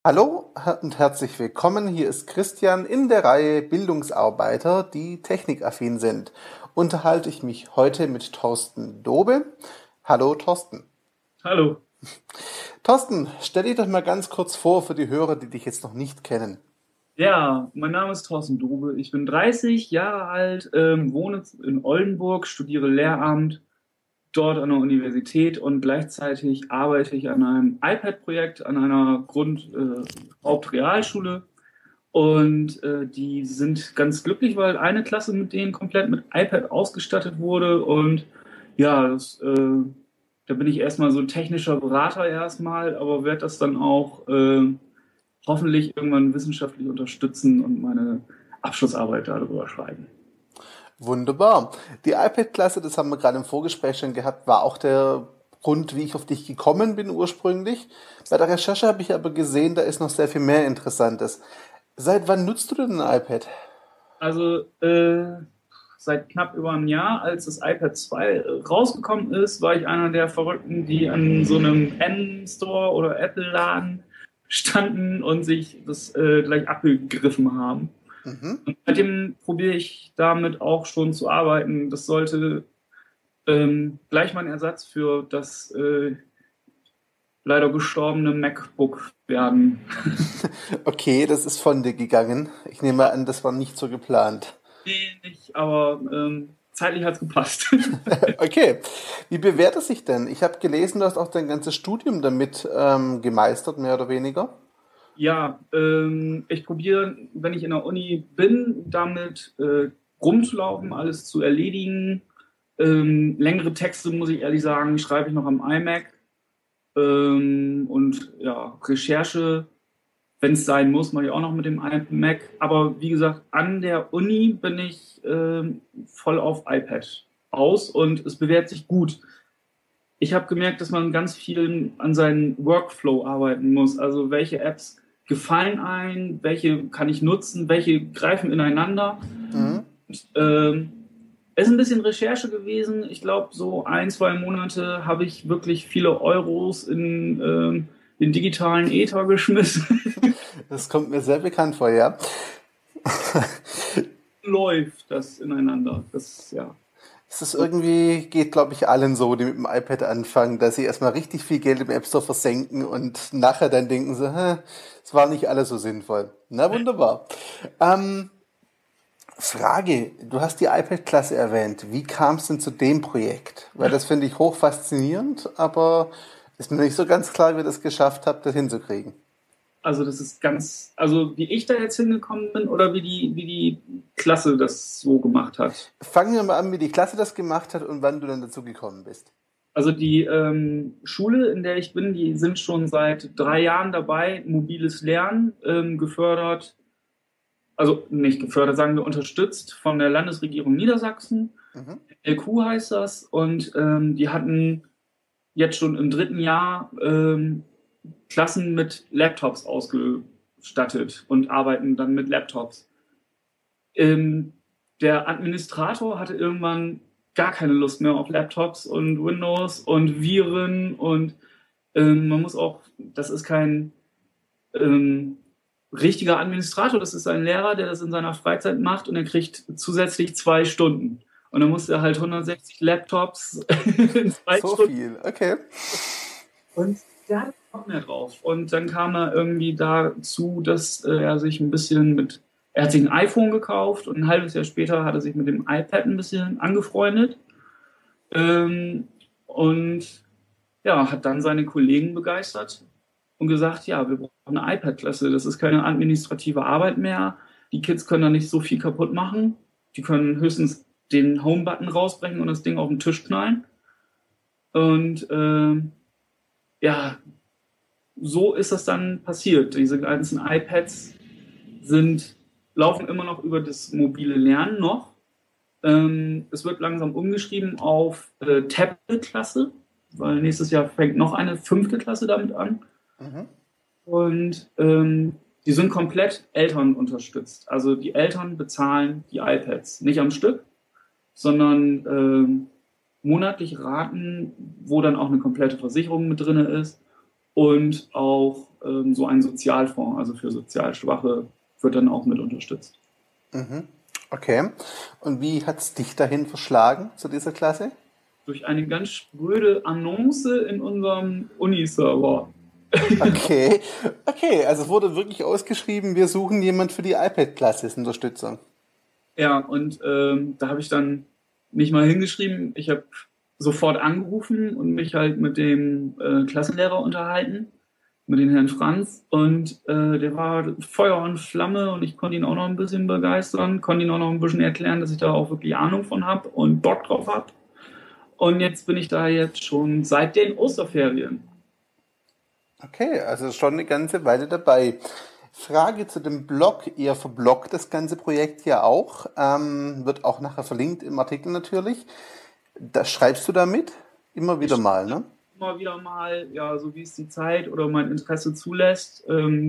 Hallo und herzlich willkommen. Hier ist Christian in der Reihe Bildungsarbeiter, die technikaffin sind. Unterhalte ich mich heute mit Thorsten Dobe. Hallo Thorsten. Hallo. Thorsten, stell dich doch mal ganz kurz vor für die Hörer, die dich jetzt noch nicht kennen. Ja, mein Name ist Thorsten Dube. Ich bin 30 Jahre alt, wohne in Oldenburg, studiere Lehramt dort an der Universität und gleichzeitig arbeite ich an einem iPad-Projekt an einer Hauptrealschule. Und die sind ganz glücklich, weil eine Klasse mit denen komplett mit iPad ausgestattet wurde. Und ja, da bin ich erstmal so ein technischer Berater erstmal, aber werde das dann auch hoffentlich irgendwann wissenschaftlich unterstützen und meine Abschlussarbeit darüber schreiben. Wunderbar. Die iPad-Klasse, das haben wir gerade im Vorgespräch schon gehabt, war auch der Grund, wie ich auf dich gekommen bin ursprünglich. Bei der Recherche habe ich aber gesehen, da ist noch sehr viel mehr Interessantes. Seit wann nutzt du denn ein iPad? Also seit knapp über einem Jahr, als das iPad 2 rausgekommen ist, war ich einer der Verrückten, die an so einem N-Store oder Apple-Laden standen und sich das gleich abgegriffen haben. Mhm. Und seitdem probiere ich damit auch schon zu arbeiten. Das sollte gleich mein Ersatz für das leider gestorbene MacBook werden. Okay, das ist von dir gegangen. Ich nehme an, das war nicht so geplant. Nee, nicht, aber zeitlich hat es gepasst. Okay, wie bewährt es sich denn? Ich habe gelesen, du hast auch dein ganzes Studium damit gemeistert, mehr oder weniger. Ja, ich probiere, wenn ich in der Uni bin, damit rumzulaufen, alles zu erledigen. Längere Texte, muss ich ehrlich sagen, schreibe ich noch am iMac. Und ja, Recherche, wenn es sein muss, mache ich auch noch mit dem iMac. Aber wie gesagt, an der Uni bin ich voll auf iPad aus und es bewährt sich gut. Ich habe gemerkt, dass man ganz viel an seinen Workflow arbeiten muss. Also welche Apps gefallen ein, welche kann ich nutzen, welche greifen ineinander. Mhm. Ähm, Es ist ein bisschen Recherche gewesen. Ich glaube, so ein, zwei Monate habe ich wirklich viele Euros in den digitalen Äther geschmissen. Das kommt mir sehr bekannt vor, ja. Läuft das ineinander. Das, ja. Es ist irgendwie, geht glaube ich allen so, die mit dem iPad anfangen, dass sie erstmal richtig viel Geld im App Store versenken und nachher dann denken sie, es war nicht alles so sinnvoll. Na wunderbar. Ähm, Frage, du hast die iPad-Klasse erwähnt. Wie kam es denn zu dem Projekt? Weil das finde ich hoch faszinierend, aber ist mir nicht so ganz klar, wie ihr das geschafft habt, das hinzukriegen. Also das ist ganz, also wie ich da jetzt hingekommen bin oder wie die Klasse das so gemacht hat. Fangen wir mal an, wie die Klasse das gemacht hat und wann du dann dazu gekommen bist. Also die Schule, in der ich bin, die sind schon seit 3 Jahren dabei, mobiles Lernen gefördert, also nicht gefördert, sagen wir unterstützt von der Landesregierung Niedersachsen. Mhm. LQ heißt das und die hatten jetzt schon im dritten Jahr Klassen mit Laptops ausgestattet und arbeiten dann mit Laptops. Ähm, Der Administrator hatte irgendwann gar keine Lust mehr auf Laptops und Windows und Viren und man muss auch, das ist kein ähm, richtiger Administrator, das ist ein Lehrer, der das in seiner Freizeit macht und er kriegt zusätzlich 2 Stunden. Und dann muss er halt 160 Laptops in zwei So Stunden viel, okay. und der hat Bock mehr drauf. Und dann kam er irgendwie dazu, dass er sich ein bisschen mit, er hat sich ein iPhone gekauft und ein halbes Jahr später hat er sich mit dem iPad ein bisschen angefreundet. Und ja, hat dann seine Kollegen begeistert und gesagt, ja, wir brauchen eine iPad-Klasse. Das ist keine administrative Arbeit mehr. Die Kids können da nicht so viel kaputt machen. Die können höchstens den Home-Button rausbrechen und das Ding auf den Tisch knallen. Und ja, so ist das dann passiert. Diese ganzen iPads sind, laufen immer noch über das mobile Lernen noch. Es wird langsam umgeschrieben auf Tablet-Klasse, weil nächstes Jahr fängt noch eine fünfte Klasse damit an. Mhm. Und die sind komplett Eltern unterstützt. Also die Eltern bezahlen die iPads nicht am Stück, sondern monatlich Raten, wo dann auch eine komplette Versicherung mit drin ist. und auch so ein Sozialfonds, also für sozial Schwache, wird dann auch mit unterstützt. Mhm. Okay. Und wie hat es dich dahin verschlagen zu dieser Klasse? Durch eine ganz spröde Annonce in unserem Uni-Server. Okay. Okay, also wurde wirklich ausgeschrieben, wir suchen jemand für die iPad-Klasse als Unterstützung. Ja, und da habe ich dann nicht mal hingeschrieben. Ich habe sofort angerufen und mich halt mit dem Klassenlehrer unterhalten, mit dem Herrn Franz. Und der war Feuer und Flamme und ich konnte ihn auch noch ein bisschen begeistern, konnte ihn auch noch ein bisschen erklären, dass ich da auch wirklich Ahnung von habe und Bock drauf habe. Und jetzt bin ich da jetzt schon seit den Osterferien. Okay, also schon eine ganze Weile dabei. Frage zu dem Blog. Ihr verbloggt das ganze Projekt ja auch. Wird auch nachher verlinkt im Artikel natürlich. Da schreibst du damit? Immer wieder Ich mal, ne? immer wieder mal, ja, so wie es die Zeit oder mein Interesse zulässt.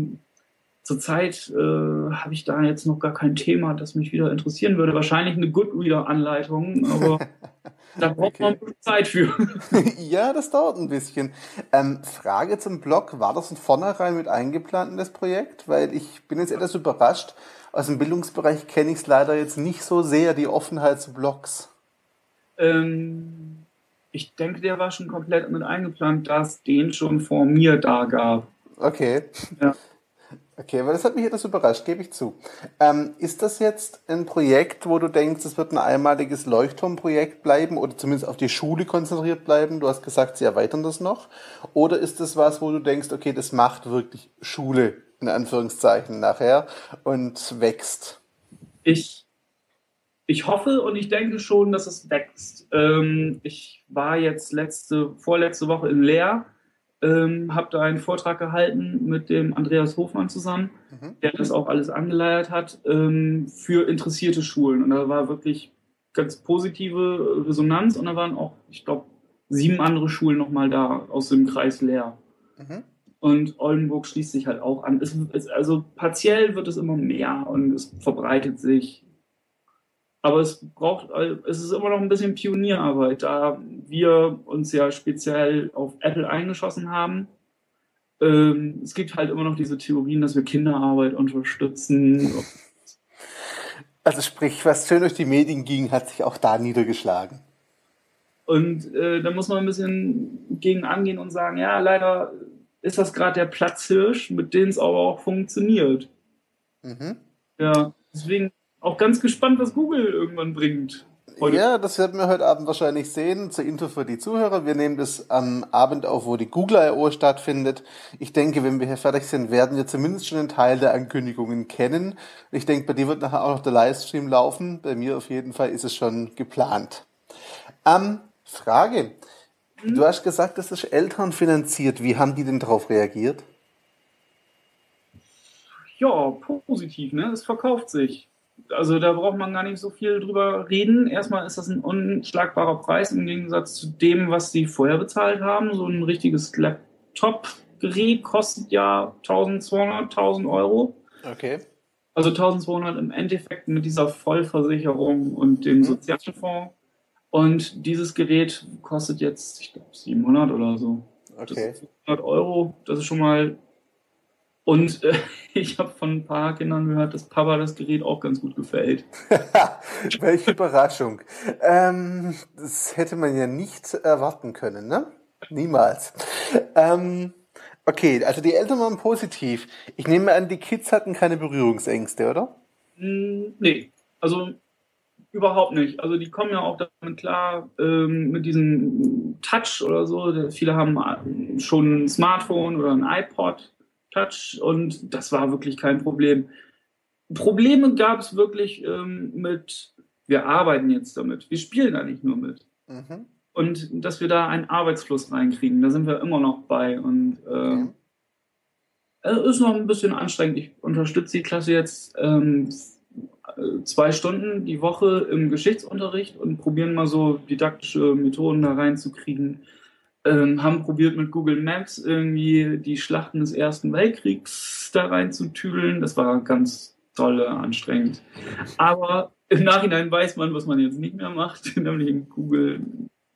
Zurzeit habe ich da jetzt noch gar kein Thema, das mich wieder interessieren würde. Wahrscheinlich eine Goodreader-Anleitung, aber da braucht man ein Okay. bisschen Zeit für. Ja, das dauert ein bisschen. Frage zum Blog. War das von vornherein mit eingeplant in das Projekt? Weil ich bin jetzt etwas überrascht. Aus dem Bildungsbereich kenne ich es leider jetzt nicht so sehr, die Offenheit zu Blogs. ähm, Ich denke, der war schon komplett mit eingeplant, da es den schon vor mir da gab. Okay. Ja. Okay, weil das hat mich etwas überrascht, gebe ich zu. Ist das jetzt ein Projekt, wo du denkst, es wird ein einmaliges Leuchtturmprojekt bleiben oder zumindest auf die Schule konzentriert bleiben? Du hast gesagt, sie erweitern das noch. Oder ist das was, wo du denkst, okay, das macht wirklich Schule, in Anführungszeichen, nachher und wächst? Ich Ich hoffe und ich denke schon, dass es wächst. Ich war jetzt vorletzte Woche in Leer, habe da einen Vortrag gehalten mit dem Andreas Hofmann zusammen, Mhm. der das auch alles angeleiert hat, für interessierte Schulen. Und da war wirklich ganz positive Resonanz und da waren auch, ich glaube, 7 andere Schulen nochmal da aus dem Kreis Leer. Mhm. Und Oldenburg schließt sich halt auch an. Also partiell wird es immer mehr und es verbreitet sich. Aber es ist immer noch ein bisschen Pionierarbeit, da wir uns ja speziell auf Apple eingeschossen haben. Es gibt halt immer noch diese Theorien, dass wir Kinderarbeit unterstützen. Also sprich, was schön durch die Medien ging, hat sich auch da niedergeschlagen. Und da muss man ein bisschen gegen angehen und sagen, ja, leider ist das gerade der Platzhirsch, mit dem es aber auch funktioniert. Mhm. Ja, deswegen auch ganz gespannt, was Google irgendwann bringt. Heute. Ja, das werden wir heute Abend wahrscheinlich sehen. Zur Info für die Zuhörer. Wir nehmen das am Abend auf, wo die Google I.O. stattfindet. Ich denke, wenn wir hier fertig sind, werden wir zumindest schon einen Teil der Ankündigungen kennen. Ich denke, bei dir wird nachher auch noch der Livestream laufen. Bei mir auf jeden Fall ist es schon geplant. Frage. Du hast gesagt, das ist elternfinanziert. Wie haben die denn darauf reagiert? Ja, positiv, ne? Es verkauft sich. Also da braucht man gar nicht so viel drüber reden. Erstmal ist das ein unschlagbarer Preis im Gegensatz zu dem, was sie vorher bezahlt haben. So ein richtiges Laptop-Gerät kostet ja 1200, 1000 Euro. Okay. Also 1200 im Endeffekt mit dieser Vollversicherung und dem Mhm. Sozialfonds. Und dieses Gerät kostet jetzt, ich glaube, 700 oder so. Das Okay. ist 700 Euro. Das ist schon mal. Und ich habe von ein paar Kindern gehört, dass Papa das Gerät auch ganz gut gefällt. Welche Überraschung. Das hätte man ja nicht erwarten können, ne? Niemals. Ähm, okay, also die Eltern waren positiv. Ich nehme an, die Kids hatten keine Berührungsängste, oder? Nee, also überhaupt nicht. Also die kommen ja auch damit klar, mit diesem Touch oder so. Viele haben schon ein Smartphone oder ein iPod Touch und das war wirklich kein Problem. Probleme gab es wirklich wir arbeiten jetzt damit. Wir spielen da nicht nur mit. Mhm. Und dass wir da einen Arbeitsfluss reinkriegen, da sind wir immer noch bei. Und Okay. es ist noch ein bisschen anstrengend. Ich unterstütze die Klasse jetzt 2 Stunden die Woche im Geschichtsunterricht und probieren mal so didaktische Methoden da reinzukriegen. Haben probiert mit Google Maps irgendwie die Schlachten des Ersten Weltkriegs da reinzutüdeln. Das war ganz toll, anstrengend. Aber im Nachhinein weiß man, was man jetzt nicht mehr macht, nämlich in Google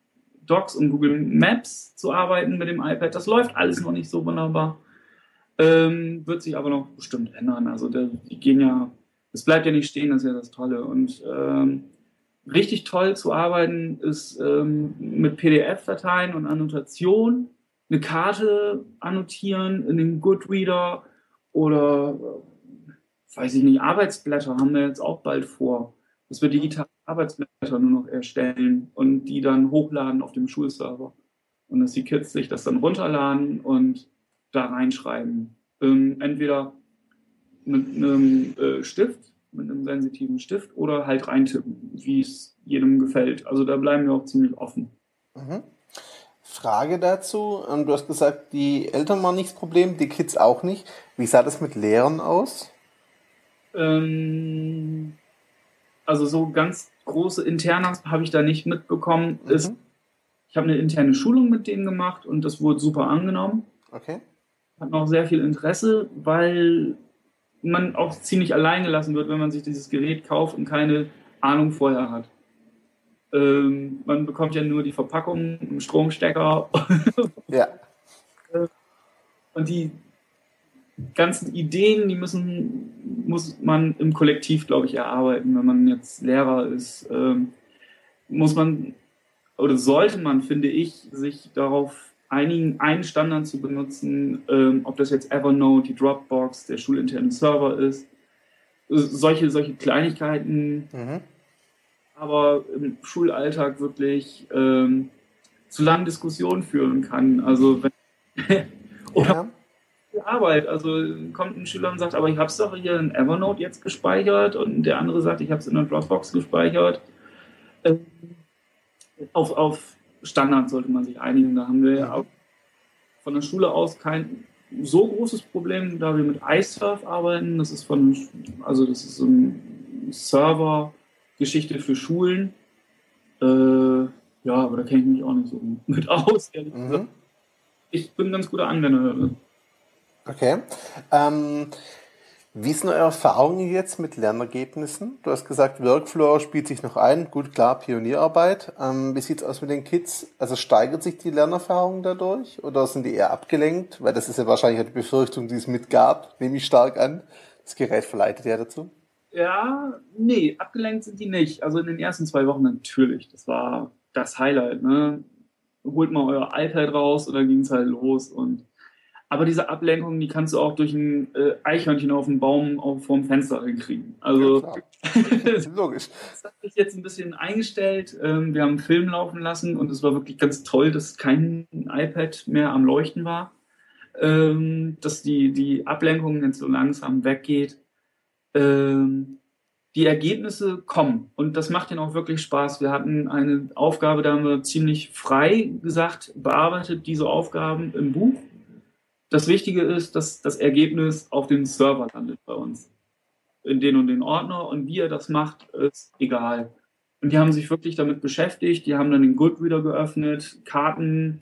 Docs und Google Maps zu arbeiten mit dem iPad. Das läuft alles noch nicht so wunderbar. Wird sich aber noch bestimmt ändern. Also die gehen ja, es bleibt ja nicht stehen, das ist ja das Tolle. Und richtig toll zu arbeiten ist mit PDF-Dateien und Annotation, eine Karte annotieren in den Goodreader oder, weiß ich nicht, Arbeitsblätter haben wir jetzt auch bald vor, dass wir digitale Arbeitsblätter nur noch erstellen und die dann hochladen auf dem Schulserver. Und dass die Kids sich das dann runterladen und da reinschreiben. Entweder mit einem Stift, mit einem sensitiven Stift oder halt reintippen, wie es jedem gefällt. Also da bleiben wir auch ziemlich offen. Mhm. Frage dazu. Du hast gesagt, die Eltern waren nicht das Problem, die Kids auch nicht. Wie sah das mit Lehrern aus? Also so ganz große Internas habe ich da nicht mitbekommen. Ich habe eine interne Schulung mit denen gemacht und das wurde super angenommen. Okay. Hat noch sehr viel Interesse, weil man auch ziemlich allein gelassen wird, wenn man sich dieses Gerät kauft und keine Ahnung vorher hat. Man bekommt ja nur die Verpackung, einen Stromstecker. Ja. Und die ganzen Ideen, muss man im Kollektiv, glaube ich, erarbeiten. Wenn man jetzt Lehrer ist, muss man oder sollte man, finde ich, sich darauf einigen, einen Standard zu benutzen, ob das jetzt Evernote, die Dropbox, der schulinterne Server ist. Solche Kleinigkeiten, aber im Schulalltag wirklich zu langen Diskussionen führen kann. Also wenn oder Arbeit. Also kommt ein Schüler und sagt, aber ich habe es doch hier in Evernote jetzt gespeichert und der andere sagt, ich habe es in der Dropbox gespeichert. Auf Standard sollte man sich einigen. Da haben wir ja auch von der Schule aus kein so großes Problem, da wir mit iSurf arbeiten. Das ist so eine Server-Geschichte für Schulen. Ja, aber da kenne ich mich auch nicht so mit aus, ehrlich gesagt. Ich bin ein ganz guter Anwender. Okay. Wie sind eure Erfahrungen jetzt mit Lernergebnissen? Du hast gesagt, Workflow spielt sich noch ein. Gut, klar, Pionierarbeit. Wie sieht es aus mit den Kids? Also steigert sich die Lernerfahrung dadurch oder sind die eher abgelenkt? Weil das ist ja wahrscheinlich die Befürchtung, die es mit gab, nehme ich stark an. Das Gerät verleitet ja dazu. Ja, nee, abgelenkt sind die nicht. Also in den ersten 2 Wochen natürlich. Das war das Highlight, ne? Holt mal euer iPad raus und dann ging es halt los. Aber diese Ablenkung, die kannst du auch durch ein Eichhörnchen auf dem Baum vorm Fenster hinkriegen. Also Ja, logisch. das hat sich jetzt ein bisschen eingestellt. Wir haben einen Film laufen lassen und es war wirklich ganz toll, dass kein iPad mehr am Leuchten war. Dass die Ablenkung jetzt so langsam weggeht. Die Ergebnisse kommen und das macht ihnen auch wirklich Spaß. Wir hatten eine Aufgabe, da haben wir ziemlich frei gesagt, bearbeitet diese Aufgaben im Buch. Das Wichtige ist, dass das Ergebnis auf dem Server landet bei uns. In den und den Ordner und wie er das macht, ist egal. Und die haben sich wirklich damit beschäftigt, die haben dann den Goodreader geöffnet, Karten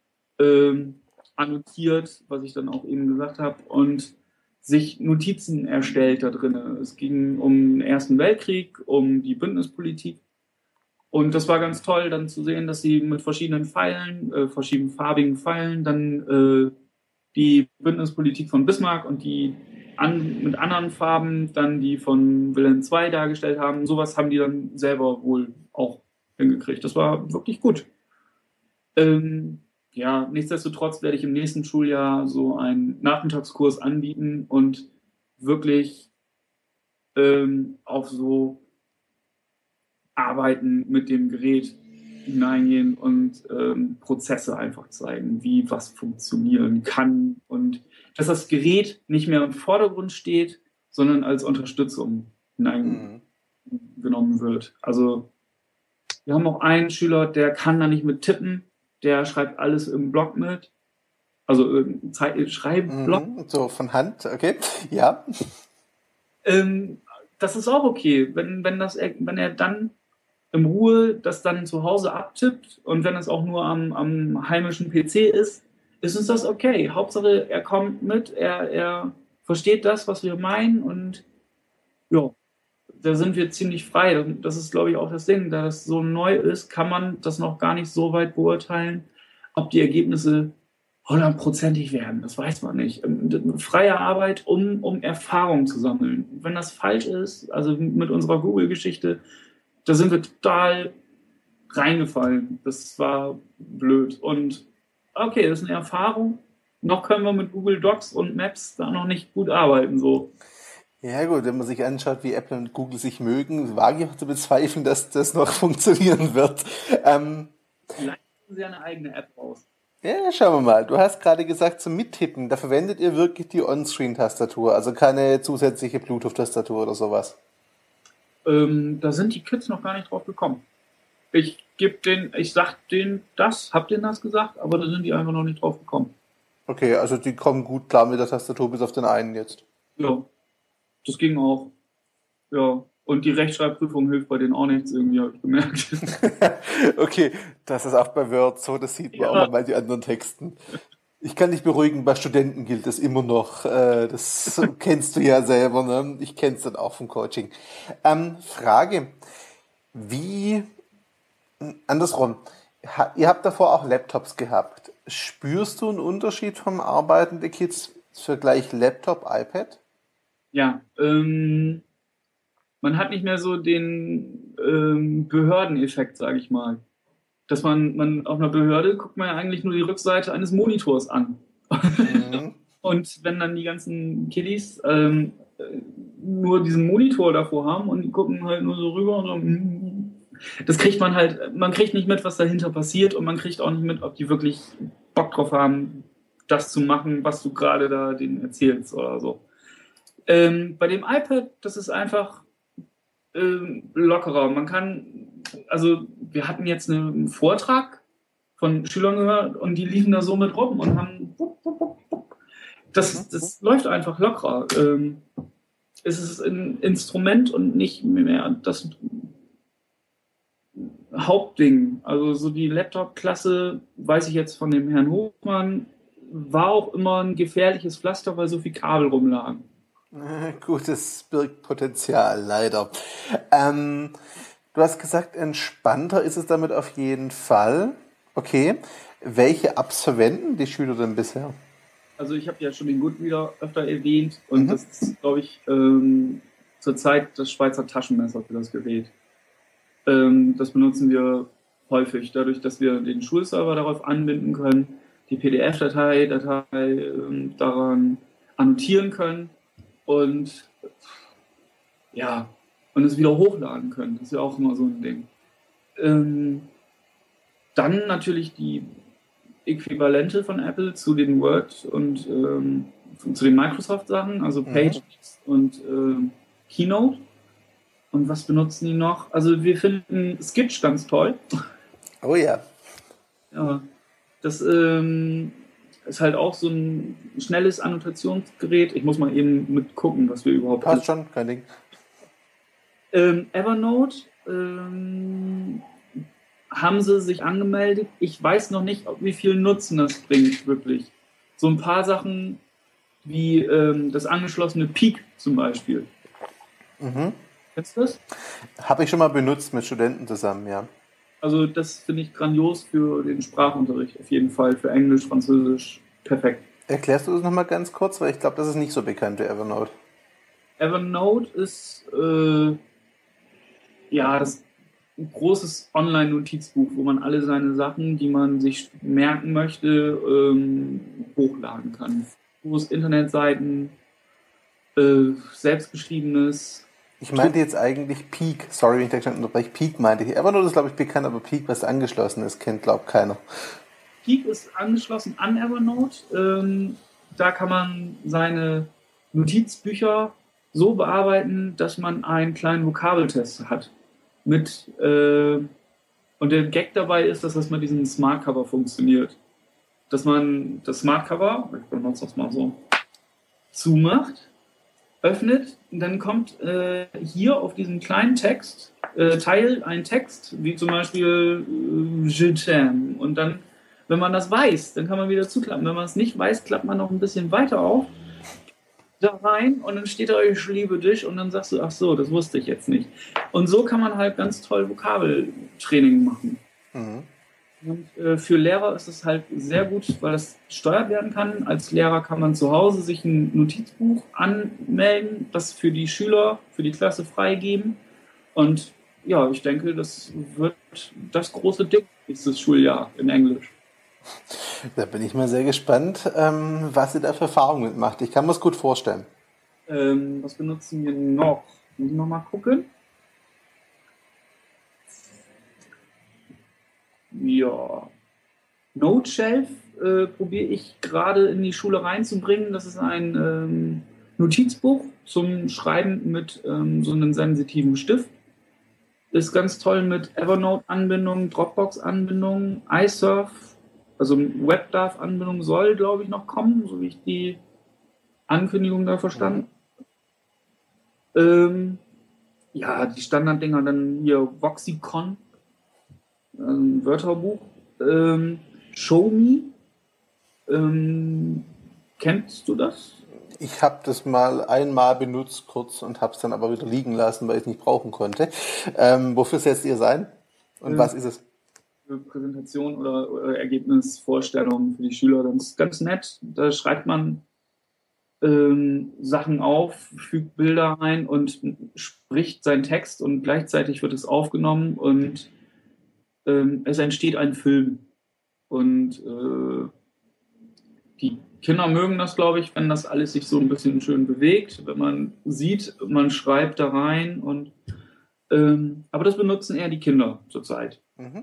annotiert, was ich dann auch eben gesagt habe, und sich Notizen erstellt da drin. Es ging um den Ersten Weltkrieg, um die Bündnispolitik. Und das war ganz toll, dann zu sehen, dass sie mit verschiedenen Pfeilen, verschiedenen farbigen Pfeilen, dann die Bündnispolitik von Bismarck und die mit anderen Farben dann die von Wilhelm II dargestellt haben. Sowas haben die dann selber wohl auch hingekriegt. Das war wirklich gut. Ja, nichtsdestotrotz werde ich im nächsten Schuljahr so einen Nachmittagskurs anbieten und wirklich auf so Arbeiten mit dem Gerät hineingehen und Prozesse einfach zeigen, wie was funktionieren kann und dass das Gerät nicht mehr im Vordergrund steht, sondern als Unterstützung hineingenommen wird. Also wir haben auch einen Schüler, der kann da nicht mit tippen, der schreibt alles im Block mit. Also Schreibblock. So von Hand, okay. Ja. Das ist auch okay, wenn er dann in Ruhe das dann zu Hause abtippt und wenn es auch nur am heimischen PC ist uns das okay. Hauptsache, er kommt mit, er versteht das, was wir meinen und ja, da sind wir ziemlich frei. Das ist, glaube ich, auch das Ding. Da das so neu ist, kann man das noch gar nicht so weit beurteilen, ob die Ergebnisse 100%ig werden. Das weiß man nicht. Freie Arbeit, um Erfahrung zu sammeln. Wenn das falsch ist, also mit unserer Google-Geschichte, da sind wir total reingefallen. Das war blöd. Und okay, das ist eine Erfahrung. Noch können wir mit Google Docs und Maps da noch nicht gut arbeiten. So. Ja gut, wenn man sich anschaut, wie Apple und Google sich mögen, wage ich auch zu bezweifeln, dass das noch funktionieren wird. Vielleicht haben sie eine eigene App raus. Ja, schauen wir mal. Du hast gerade gesagt, zum Mittippen, da verwendet ihr wirklich die On-Screen-Tastatur, also keine zusätzliche Bluetooth-Tastatur oder sowas. Da sind die Kids noch gar nicht drauf gekommen. Ich sag denen das, hab denen das gesagt, aber da sind die einfach noch nicht drauf gekommen. Okay, also die kommen gut klar mit der Tastatur, bis auf den einen jetzt. Ja, das ging auch. Ja. Und die Rechtschreibprüfung hilft bei denen auch nichts, irgendwie, habe ich gemerkt. Okay, das ist auch bei Word so, das sieht man auch mal bei den anderen Texten. Ich kann dich beruhigen, bei Studenten gilt das immer noch. Das kennst du ja selber, ne? Ich kenn's dann auch vom Coaching. Frage, wie, andersrum, ihr habt davor auch Laptops gehabt. Spürst du einen Unterschied vom Arbeiten der Kids Vergleich Laptop, iPad? Ja, man hat nicht mehr so den Behördeneffekt, sage ich mal. Dass man auf einer Behörde guckt man ja eigentlich nur die Rückseite eines Monitors an. Mhm. Und wenn dann die ganzen Kiddies nur diesen Monitor davor haben und die gucken halt nur so rüber und so, das kriegt man halt, man kriegt nicht mit, was dahinter passiert und man kriegt auch nicht mit, ob die wirklich Bock drauf haben, das zu machen, was du gerade da denen erzählst oder so. Bei dem iPad, das ist einfach lockerer. Man kann, also wir hatten jetzt einen Vortrag von Schülern gehört und die liefen da so mit rum und haben das läuft einfach lockerer. Es ist ein Instrument und nicht mehr das Hauptding. Also so die Laptop-Klasse, weiß ich jetzt von dem Herrn Hofmann, war auch immer ein gefährliches Pflaster, weil so viel Kabel rumlagen. Gut, es birgt Potenzial, leider. Du hast gesagt, entspannter ist es damit auf jeden Fall. Okay. Welche Apps verwenden die Schüler denn bisher? Also ich habe ja schon den Goodreader öfter erwähnt und das ist, glaube ich, zurzeit das Schweizer Taschenmesser für das Gerät. Das benutzen wir häufig, dadurch, dass wir den Schulserver darauf anbinden können, die PDF-Datei daran annotieren können und ja, und es wieder hochladen können. Das ist ja auch immer so ein Ding. Dann natürlich die Äquivalente von Apple zu den Word und zu den Microsoft-Sachen, also Pages und Keynote. Und was benutzen die noch? Also wir finden Sketch ganz toll. Oh ja. Ja, das ist halt auch so ein schnelles Annotationsgerät. Ich muss mal eben mit gucken, was wir überhaupt... Passt schon, kein Ding. Evernote haben sie sich angemeldet. Ich weiß noch nicht, wie viel Nutzen das bringt, wirklich. So ein paar Sachen wie das angeschlossene Peak zum Beispiel. Kennst du das? Habe ich schon mal benutzt mit Studenten zusammen, ja. Also das finde ich grandios für den Sprachunterricht, auf jeden Fall. Für Englisch, Französisch, perfekt. Erklärst du das nochmal ganz kurz, weil ich glaube, das ist nicht so bekannt wie Evernote. Evernote ist das ein großes Online-Notizbuch, wo man alle seine Sachen, die man sich merken möchte, hochladen kann. Fotos, Internetseiten, selbstgeschriebenes. Ich meinte jetzt eigentlich Peak. Sorry, wenn ich da unterbreche. Peak meinte ich. Evernote ist, glaube ich, bekannt, aber Peak, was angeschlossen ist, kennt, glaubt keiner. Peak ist angeschlossen an Evernote. Da kann man seine Notizbücher so bearbeiten, dass man einen kleinen Vokabeltest hat. Und der Gag dabei ist, dass das mit diesem Smart Cover funktioniert. Dass man das Smart Cover, ich benutze das mal so, zumacht, öffnet und dann kommt hier auf diesen kleinen Teil ein Text, wie zum Beispiel Je t'aime. Und dann, wenn man das weiß, dann kann man wieder zuklappen. Wenn man es nicht weiß, klappt man noch ein bisschen weiter auf. da rein und dann steht da, ich liebe dich und dann sagst du, ach so, das wusste ich jetzt nicht. Und so kann man halt ganz toll Vokabeltraining machen. Mhm. Und für Lehrer ist es halt sehr gut, weil das gesteuert werden kann. Als Lehrer kann man zu Hause sich ein Notizbuch anmelden, das für die Schüler, für die Klasse freigeben. Und ja, ich denke, das wird das große Ding nächstes Schuljahr in Englisch. Da bin ich mal sehr gespannt, was ihr da für Erfahrungen mitmacht. Ich kann mir das gut vorstellen. Was benutzen wir noch? Muss ich noch mal gucken. Ja, Noteshelf probiere ich gerade in die Schule reinzubringen. Das ist ein Notizbuch zum Schreiben mit so einem sensitiven Stift. Ist ganz toll mit Evernote-Anbindung, Dropbox-Anbindung, iSurf, also WebDAV-Anbindung soll, glaube ich, noch kommen, so wie ich die Ankündigung da Mhm. verstanden. Ähm, ja, die Standarddinger dann hier Voxicon, Wörterbuch, ähm, ShowMe. Ähm, Kennst du das? Ich habe das mal einmal benutzt kurz und habe es dann aber wieder liegen lassen, weil ich es nicht brauchen konnte. Wofür setzt ihr sein? Und Äh, was ist es? für Präsentation oder Ergebnisvorstellungen für die Schüler. Das ist ganz nett. Da schreibt man Sachen auf, fügt Bilder ein und spricht seinen Text und gleichzeitig wird es aufgenommen und es entsteht ein Film. Und die Kinder mögen das, glaube ich, wenn das alles sich so ein bisschen schön bewegt, wenn man sieht, man schreibt da rein und aber das benutzen eher die Kinder zurzeit. Mhm.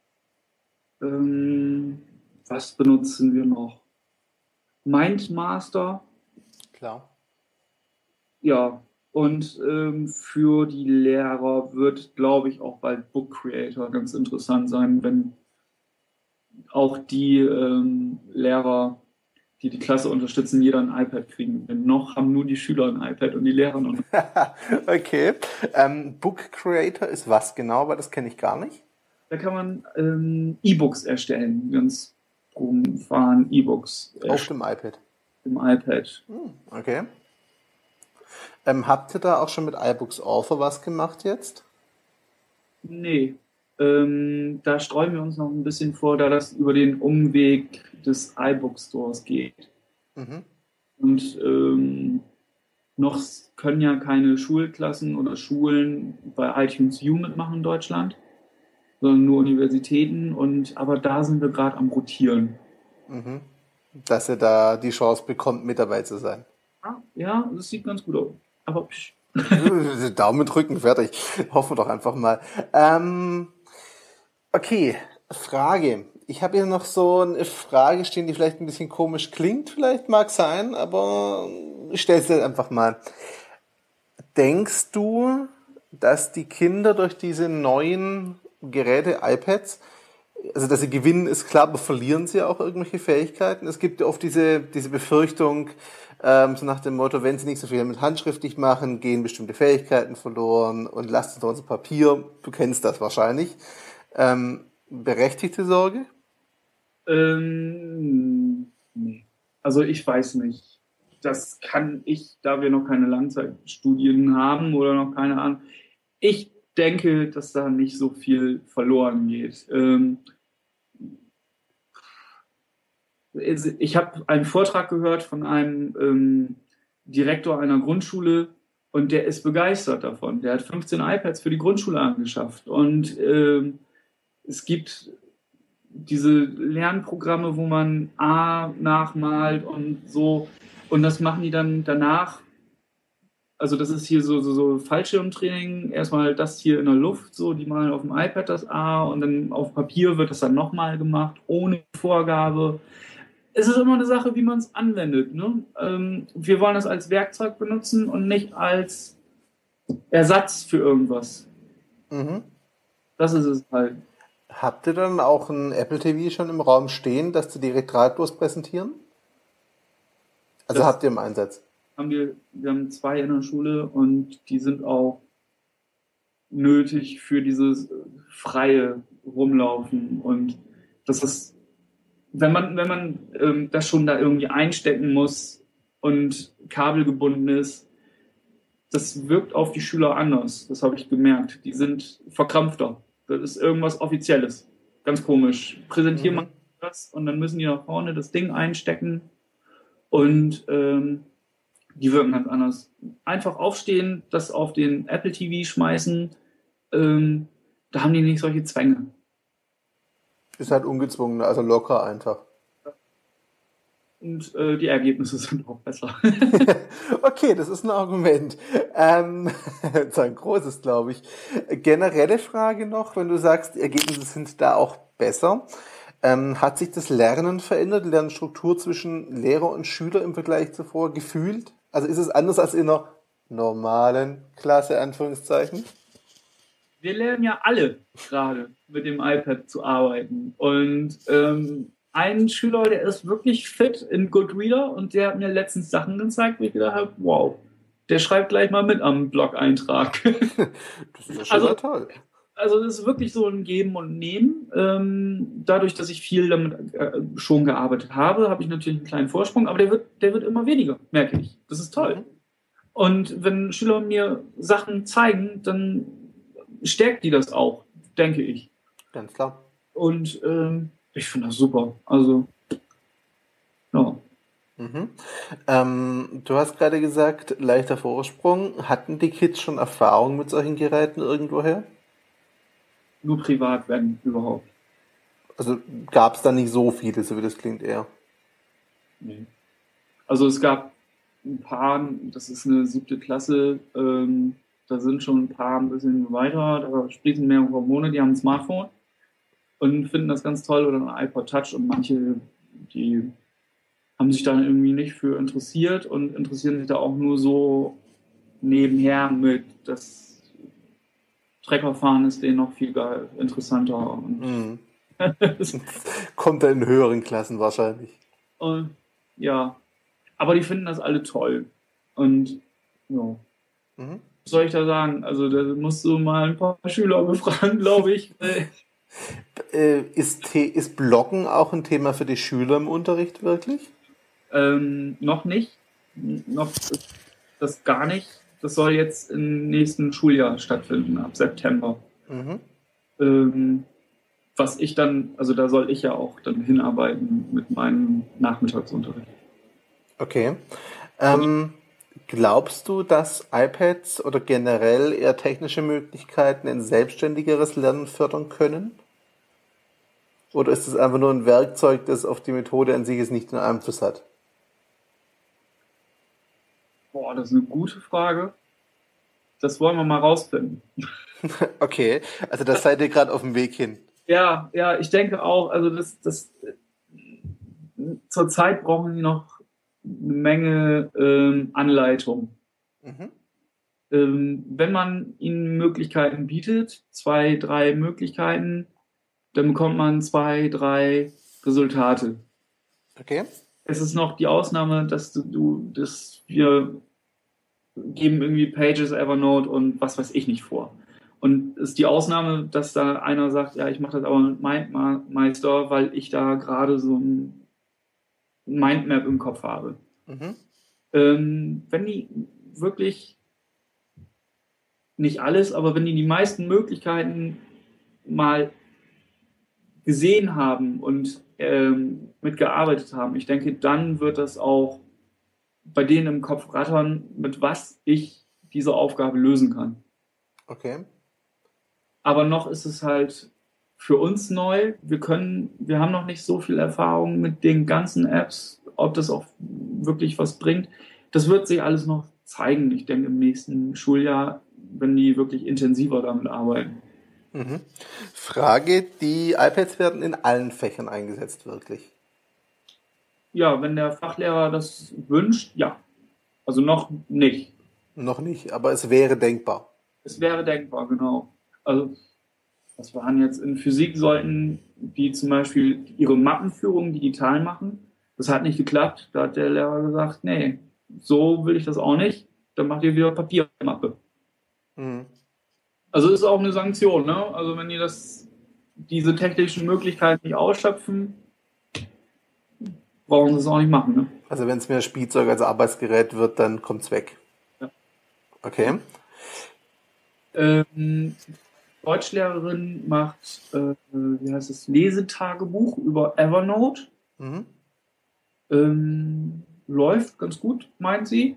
Ähm, Was benutzen wir noch? Mindmaster, Klar. ja. Und für die Lehrer wird, glaube ich, auch bald Book Creator ganz interessant sein, wenn auch die Lehrer, die die Klasse unterstützen, jeder ein iPad kriegen. Denn noch haben nur die Schüler ein iPad und die Lehrer noch nicht. Okay. Book Creator ist was genau, weil das kenne ich gar nicht. Da kann man E-Books erstellen, ganz profan E-Books Auf erstellen dem iPad. im iPad. Okay. Habt ihr da auch schon mit iBooks Author was gemacht jetzt? Nee, da streuen wir uns noch ein bisschen vor, da das über den Umweg des iBook-Stores geht. Mhm. Und noch können ja keine Schulklassen oder Schulen bei iTunes U mitmachen in Deutschland, sondern nur Universitäten. Und aber da sind wir gerade am Rotieren. Dass ihr da die Chance bekommt, mit dabei zu sein. Ah, ja, das sieht ganz gut aus. Aber psch. Daumen drücken, fertig. Hoffen wir doch einfach mal. Okay, Frage. Ich habe hier noch so eine Frage stehen, die vielleicht ein bisschen komisch klingt, vielleicht mag sein, aber ich stelle sie einfach mal. Denkst du, dass die Kinder durch diese neuen Geräte, iPads, also dass sie gewinnen, ist klar, aber verlieren sie auch irgendwelche Fähigkeiten? Es gibt ja oft diese Befürchtung, so nach dem Motto, wenn sie nicht so viel mit handschriftlich machen, gehen bestimmte Fähigkeiten verloren und lassen uns Papier. Du kennst das wahrscheinlich. Berechtigte Sorge? Nee. Also ich weiß nicht. Das kann ich, da wir noch keine Langzeitstudien haben oder noch keine Ahnung. Ich denke, dass da nicht so viel verloren geht. Ich habe einen Vortrag gehört von einem Direktor einer Grundschule und der ist begeistert davon. Der hat 15 iPads für die Grundschule angeschafft. Und es gibt diese Lernprogramme, wo man A nachmalt und so. Und das machen die dann danach. Also das ist hier so Fallschirmtraining. Erstmal das hier in der Luft, so, die malen auf dem iPad das A und dann auf Papier wird das dann nochmal gemacht, ohne Vorgabe. Es ist immer eine Sache, wie man es anwendet. Ne? Wir wollen das als Werkzeug benutzen und nicht als Ersatz für irgendwas. Mhm. Das ist es halt. Habt ihr dann auch ein Apple TV schon im Raum stehen, das sie direkt drahtlos präsentieren? Also Das habt ihr im Einsatz? wir haben zwei in der Schule und die sind auch nötig für dieses freie Rumlaufen. Und das ist, wenn man das schon da irgendwie einstecken muss, und kabelgebunden ist, das wirkt auf die Schüler anders. Das habe ich gemerkt. Die sind verkrampfter. Das ist irgendwas Offizielles. Ganz komisch. Präsentieren wir das und dann müssen die nach vorne das Ding einstecken und die wirken ganz anders. Einfach aufstehen, das auf den Apple TV schmeißen, da haben die nicht solche Zwänge. Ist halt ungezwungen, also locker einfach. Und die Ergebnisse sind auch besser. Okay, das ist ein Argument. Das ist ein großes, glaube ich. Generelle Frage noch, wenn du sagst, die Ergebnisse sind da auch besser. Hat sich das Lernen verändert, die Lernstruktur zwischen Lehrer und Schüler im Vergleich zuvor gefühlt? Also ist es anders als in einer normalen Klasse, Anführungszeichen? Wir lernen ja alle gerade mit dem iPad zu arbeiten. Und ein Schüler, der ist wirklich fit in Goodreader und der hat mir letztens Sachen gezeigt, wo ich gedacht habe, wow, der schreibt gleich mal mit am Blog-Eintrag. Das ist ja schon mal toll. Also das ist wirklich so ein Geben und Nehmen. Dadurch, dass ich viel damit schon gearbeitet habe, habe ich natürlich einen kleinen Vorsprung, aber der wird immer weniger, merke ich. Das ist toll. Und wenn Schüler mir Sachen zeigen, dann stärkt die das auch, denke ich. Ganz klar. Und ich finde das super. Also, ja. Du hast gerade gesagt, leichter Vorsprung. Hatten die Kids schon Erfahrung mit solchen Geräten irgendwoher? Nur privat, wenn überhaupt. Also gab es da nicht so viele, so wie das klingt eher. Nee. Also es gab ein paar, das ist eine 7. Klasse, da sind schon ein paar ein bisschen weiter, da sprießen mehr Hormone, die haben ein Smartphone und finden das ganz toll oder ein iPod Touch und manche, die haben sich dann irgendwie nicht für interessiert und interessieren sich da auch nur so nebenher mit. Das Treckerfahren ist denen noch viel interessanter. Und kommt da in höheren Klassen wahrscheinlich. Ja, aber die finden das alle toll. Und ja, was soll ich da sagen? Also da musst du mal ein paar Schüler befragen, glaube ich. Ist Bloggen auch ein Thema für die Schüler im Unterricht wirklich? Noch nicht. Noch ist das gar nicht. Das soll jetzt im nächsten Schuljahr stattfinden, ab September. Was ich dann, also da soll ich ja auch dann hinarbeiten mit meinem Nachmittagsunterricht. Okay. Glaubst du, dass iPads oder generell eher technische Möglichkeiten ein selbstständigeres Lernen fördern können? Oder ist es einfach nur ein Werkzeug, das auf die Methode an sich nicht einen Einfluss hat? Boah, das ist eine gute Frage. Das wollen wir mal rausfinden. Okay, also da seid ihr gerade auf dem Weg hin. Ja, ich denke auch, also zurzeit brauchen die noch eine Menge Anleitung. Wenn man ihnen Möglichkeiten bietet, 2, 3 Möglichkeiten, dann bekommt man 2, 3 Resultate. Okay. Es ist noch die Ausnahme, dass wir geben irgendwie Pages, Evernote und was weiß ich nicht vor. Und es ist die Ausnahme, dass da einer sagt, ja, ich mache das aber mit MindMeister, weil ich da gerade so ein Mindmap im Kopf habe. Wenn die wirklich, nicht alles, aber wenn die meisten Möglichkeiten mal gesehen haben und mitgearbeitet haben, ich denke, dann wird das auch bei denen im Kopf rattern, mit was ich diese Aufgabe lösen kann. Okay. Aber noch ist es halt für uns neu. Wir haben noch nicht so viel Erfahrung mit den ganzen Apps, ob das auch wirklich was bringt. Das wird sich alles noch zeigen. Ich denke, im nächsten Schuljahr, wenn die wirklich intensiver damit arbeiten. Frage, die iPads werden in allen Fächern eingesetzt, wirklich? Ja, wenn der Fachlehrer das wünscht, ja. Also noch nicht. Noch nicht, aber es wäre denkbar. Es wäre denkbar, genau. Also, was waren jetzt in Physik, sollten die zum Beispiel ihre Mappenführung digital machen. Das hat nicht geklappt. Da hat der Lehrer gesagt, nee, so will ich das auch nicht. Dann macht ihr wieder Papiermappe. Also ist auch eine Sanktion, ne? Also wenn die diese technischen Möglichkeiten nicht ausschöpfen, brauchen sie es auch nicht machen, ne? Also wenn es mehr Spielzeug als Arbeitsgerät wird, dann kommt es weg. Ja. Okay. Ähm, Deutschlehrerin macht, wie heißt es, Lesetagebuch über Evernote. Mhm. Läuft ganz gut, meint sie.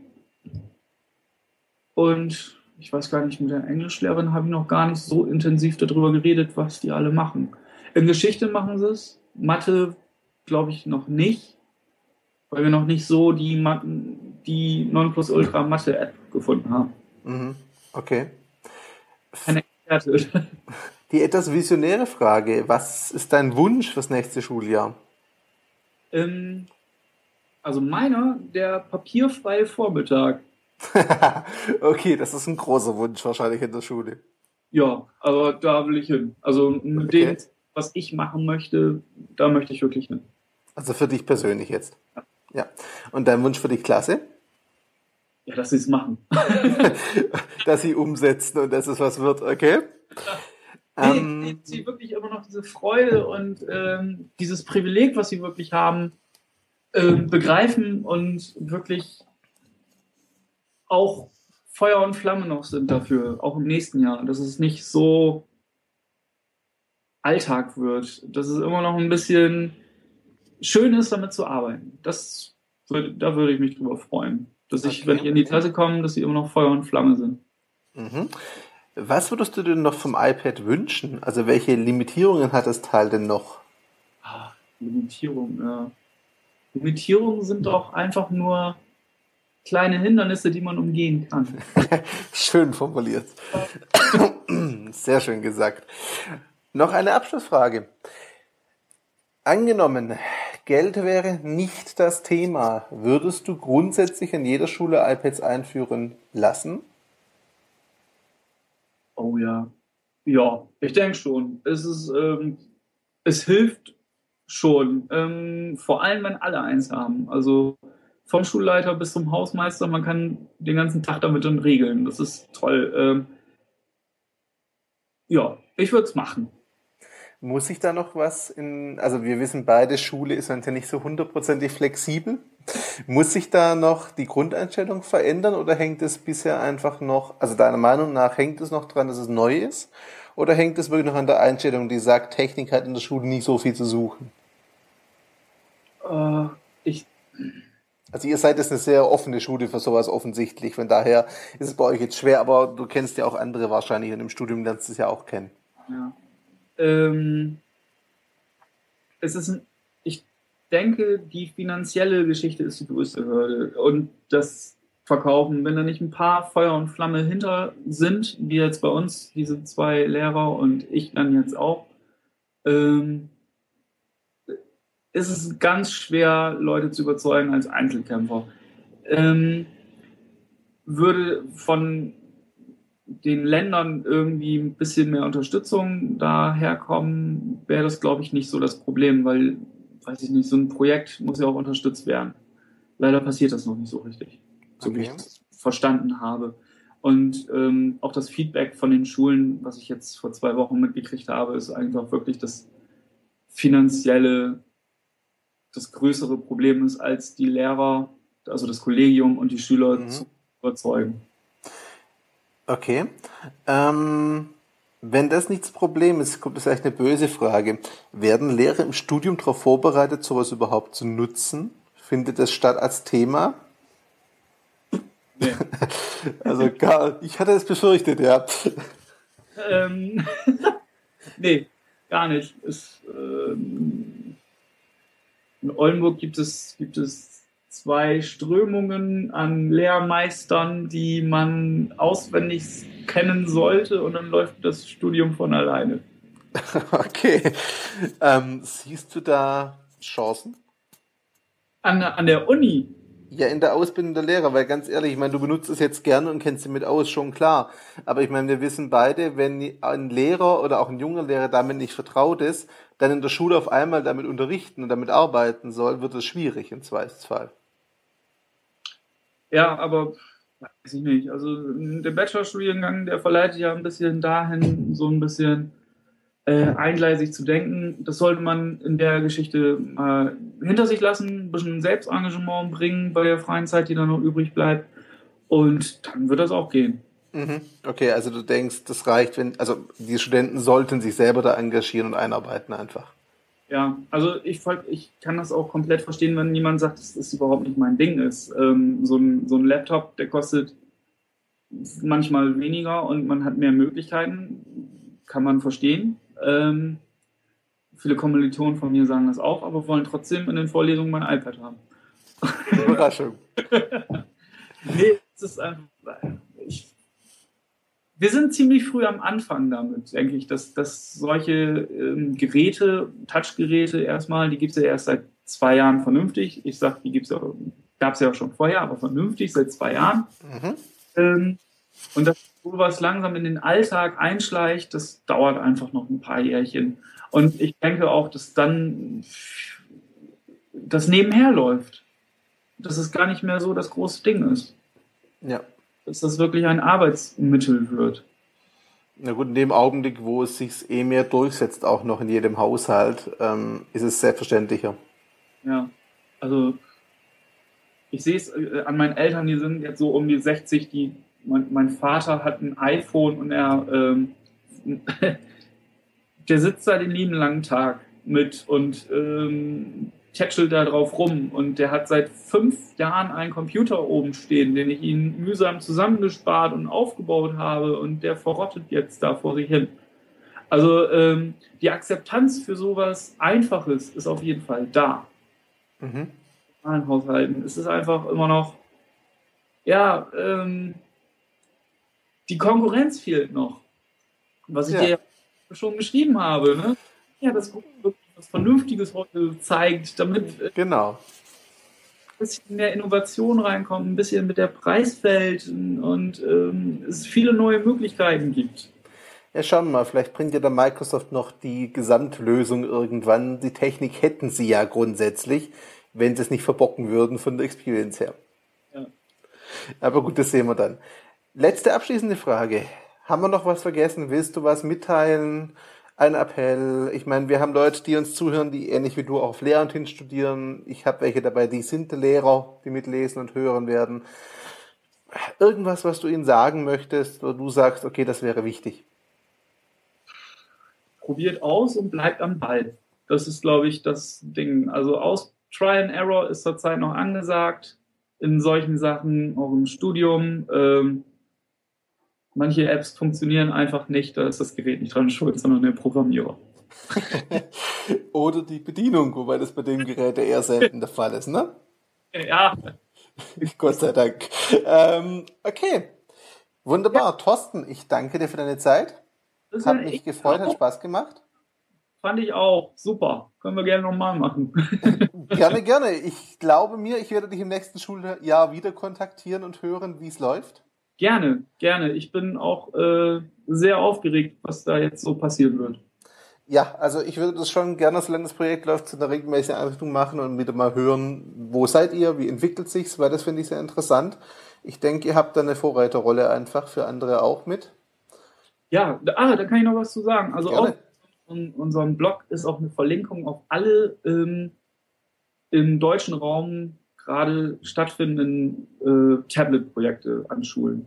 Und ich weiß gar nicht, mit der Englischlehrerin habe ich noch gar nicht so intensiv darüber geredet, was die alle machen. In Geschichte machen sie es, Mathe glaube ich noch nicht, weil wir noch nicht so die Nonplusultra-Mathe-App gefunden haben. Mhm. Okay. Keine Experte. Die etwas visionäre Frage, was ist dein Wunsch fürs nächste Schuljahr? ähm, also meiner, der papierfreie Vormittag. Okay, das ist ein großer Wunsch wahrscheinlich in der Schule. Ja, aber da will ich hin. Also mit dem, Okay. was ich machen möchte, da möchte ich wirklich hin. Also für dich persönlich jetzt. Ja. Und dein Wunsch für die Klasse? Ja, dass sie es machen. Dass sie umsetzen und dass es was wird, okay? Nee, sie wirklich immer noch diese Freude und dieses Privileg, was sie wirklich haben, begreifen und wirklich auch Feuer und Flamme noch sind dafür, auch im nächsten Jahr, dass es nicht so Alltag wird, dass es immer noch ein bisschen schön ist, damit zu arbeiten. Da würde ich mich drüber freuen, dass ich, wenn ich Okay. in die Klasse komme, dass sie immer noch Feuer und Flamme sind. Mhm. Was würdest du denn noch vom iPad wünschen? Also welche Limitierungen hat das Teil denn noch? Limitierung, ja. Limitierungen sind doch einfach nur kleine Hindernisse, die man umgehen kann. Schön formuliert. Sehr schön gesagt. Noch eine Abschlussfrage. Angenommen, Geld wäre nicht das Thema. Würdest du grundsätzlich an jeder Schule iPads einführen lassen? Oh ja. Ja, ich denke schon. Es hilft schon. Vor allem, wenn alle eins haben. Also vom Schulleiter bis zum Hausmeister, man kann den ganzen Tag damit dann regeln. Das ist toll. Ja, ich würde es machen. Muss ich da noch was also wir wissen beide, Schule ist ja nicht so hundertprozentig flexibel. Muss sich da noch die Grundeinstellung verändern oder hängt es bisher einfach noch, also deiner Meinung nach hängt es noch dran, dass es neu ist? Oder hängt es wirklich noch an der Einstellung, die sagt, Technik hat in der Schule nicht so viel zu suchen? Äh, ich, Also ihr seid jetzt eine sehr offene Schule für sowas offensichtlich, von daher ist es bei euch jetzt schwer, aber du kennst ja auch andere wahrscheinlich und im Studium lernst du es ja auch kennen. ja. Ähm, es ist ein, ich denke, die finanzielle Geschichte ist die größte Hürde. Und das Verkaufen, wenn da nicht ein paar Feuer und Flamme hinter sind, wie jetzt bei uns, diese zwei Lehrer und ich dann jetzt auch, ähm, ist es ganz schwer, Leute zu überzeugen als Einzelkämpfer. Ähm, würde von den Ländern irgendwie ein bisschen mehr Unterstützung daherkommen, wäre das, glaube ich, nicht so das Problem, weil, weiß ich nicht, so ein Projekt muss ja auch unterstützt werden. Leider passiert das noch nicht so richtig, so wie ich Okay. es verstanden habe. Und auch das Feedback von den Schulen, was ich jetzt vor 2 Wochen mitgekriegt habe, ist einfach wirklich das finanzielle, das größere Problem ist, als die Lehrer, also das Kollegium und die Schüler Mhm. zu überzeugen. Okay. Ähm, Wenn das nicht das Problem ist, kommt das vielleicht eine böse Frage. Werden Lehrer im Studium darauf vorbereitet, sowas überhaupt zu nutzen? Findet das statt als Thema? Nee. Also gar, ich hatte es befürchtet, ja. Ähm, nee, gar nicht. In Oldenburg gibt es zwei Strömungen an Lehrmeistern, die man auswendig kennen sollte, und dann läuft das Studium von alleine. Okay. Siehst du da Chancen? An der Uni. Ja, in der Ausbildung der Lehrer, weil ganz ehrlich, ich meine, du benutzt es jetzt gerne und kennst dich mit aus, schon klar. Aber ich meine, wir wissen beide, wenn ein Lehrer oder auch ein junger Lehrer damit nicht vertraut ist, dann in der Schule auf einmal damit unterrichten und damit arbeiten soll, wird es schwierig im Zweifelsfall. Ja, aber weiß ich nicht. Also der Bachelorstudiengang, der verleitet ja ein bisschen dahin, so ein bisschen. eingleisig zu denken. Das sollte man in der Geschichte mal hinter sich lassen, ein bisschen Selbstengagement bringen bei der freien Zeit, die dann noch übrig bleibt. Und dann wird das auch gehen. Mhm. Okay, also du denkst, das reicht, wenn, also die Studenten sollten sich selber da engagieren und einarbeiten einfach. Ja, also ich kann das auch komplett verstehen, wenn jemand sagt, dass das überhaupt nicht mein Ding ist. So ein Laptop, der kostet manchmal weniger und man hat mehr Möglichkeiten, kann man verstehen. Viele Kommilitonen von mir sagen das auch, aber wollen trotzdem in den Vorlesungen mein iPad haben. Überraschung. Nee, es ist einfach. Wir sind ziemlich früh am Anfang damit, denke ich, dass solche Geräte, Touchgeräte erstmal, die gibt es ja erst seit 2 Jahren vernünftig. Ich sage, gab es ja auch schon vorher, aber vernünftig seit 2 Jahren. Und dass sowas langsam in den Alltag einschleicht, das dauert einfach noch ein paar Jährchen. Und ich denke auch, dass dann das nebenher läuft. Dass es gar nicht mehr so das große Ding ist. Ja. Dass das wirklich ein Arbeitsmittel wird. Na gut, in dem Augenblick, wo es sich mehr durchsetzt, auch noch in jedem Haushalt, ist es selbstverständlicher. Ja, also ich sehe es an meinen Eltern, die sind jetzt so um die 60, mein Vater hat ein iPhone und der sitzt da den lieben langen Tag mit und tätschelt da drauf rum und der hat seit 5 Jahren einen Computer oben stehen, den ich ihm mühsam zusammengespart und aufgebaut habe und der verrottet jetzt da vor sich hin. Also die Akzeptanz für sowas Einfaches ist auf jeden Fall da. In allen Haushalten. Es ist einfach immer noch, ja, die Konkurrenz fehlt noch. Was ich dir ja schon geschrieben habe, ne? Ja, das wirklich was Vernünftiges heute zeigt, damit Genau. ein bisschen mehr Innovation reinkommt, ein bisschen mit der Preis fällt und es viele neue Möglichkeiten gibt. Ja, schauen wir mal, vielleicht bringt ja der Microsoft noch die Gesamtlösung irgendwann. Die Technik hätten sie ja grundsätzlich, wenn sie es nicht verbocken würden von der Experience her. Ja. Aber gut, das sehen wir dann. Letzte abschließende Frage. Haben wir noch was vergessen? Willst du was mitteilen? Ein Appell? Ich meine, wir haben Leute, die uns zuhören, die ähnlich wie du auch auf Lehramt hin studieren. Ich habe welche dabei, die sind Lehrer, die mitlesen und hören werden. Irgendwas, was du ihnen sagen möchtest, oder du sagst, okay, das wäre wichtig. Probiert aus und bleibt am Ball. Das ist, glaube ich, das Ding. Also Try and Error ist zurzeit noch angesagt in solchen Sachen, auch im Studium. Manche Apps funktionieren einfach nicht, da ist das Gerät nicht dran schuld, sondern der Programmierer. Oder die Bedienung, wobei das bei dem Gerät eher selten der Fall ist, ne? Ja. Gott sei Dank. Okay, wunderbar. Ja. Thorsten, ich danke dir für deine Zeit. Hat mich gefreut, hat Spaß gemacht. Fand ich auch. Super. Können wir gerne nochmal machen. Gerne, gerne. Ich glaube mir, ich werde dich im nächsten Schuljahr wieder kontaktieren und hören, wie es läuft. Gerne, gerne. Ich bin auch sehr aufgeregt, was da jetzt so passieren wird. Ja, also ich würde das schon gerne, solange das Projekt läuft, zu einer regelmäßigen Einrichtung machen und wieder mal hören, wo seid ihr, wie entwickelt sich's, weil das finde ich sehr interessant. Ich denke, ihr habt da eine Vorreiterrolle einfach für andere auch mit. Ja, da kann ich noch was zu sagen. Also gerne. Auch in unserem Blog ist auch eine Verlinkung auf alle im deutschen Raum gerade stattfindenden Tablet-Projekte an Schulen.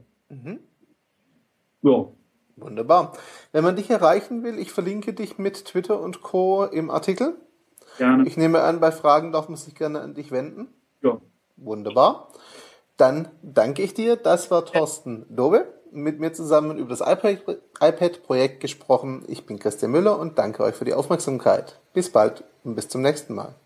Ja. Wunderbar. Wenn man dich erreichen will, ich verlinke dich mit Twitter und Co. im Artikel. Gerne. Ich nehme an, bei Fragen darf man sich gerne an dich wenden. Ja. Wunderbar. Dann danke ich dir. Das war Thorsten Dobe. Mit mir zusammen über das iPad-Projekt gesprochen. Ich bin Christian Müller und danke euch für die Aufmerksamkeit. Bis bald und bis zum nächsten Mal.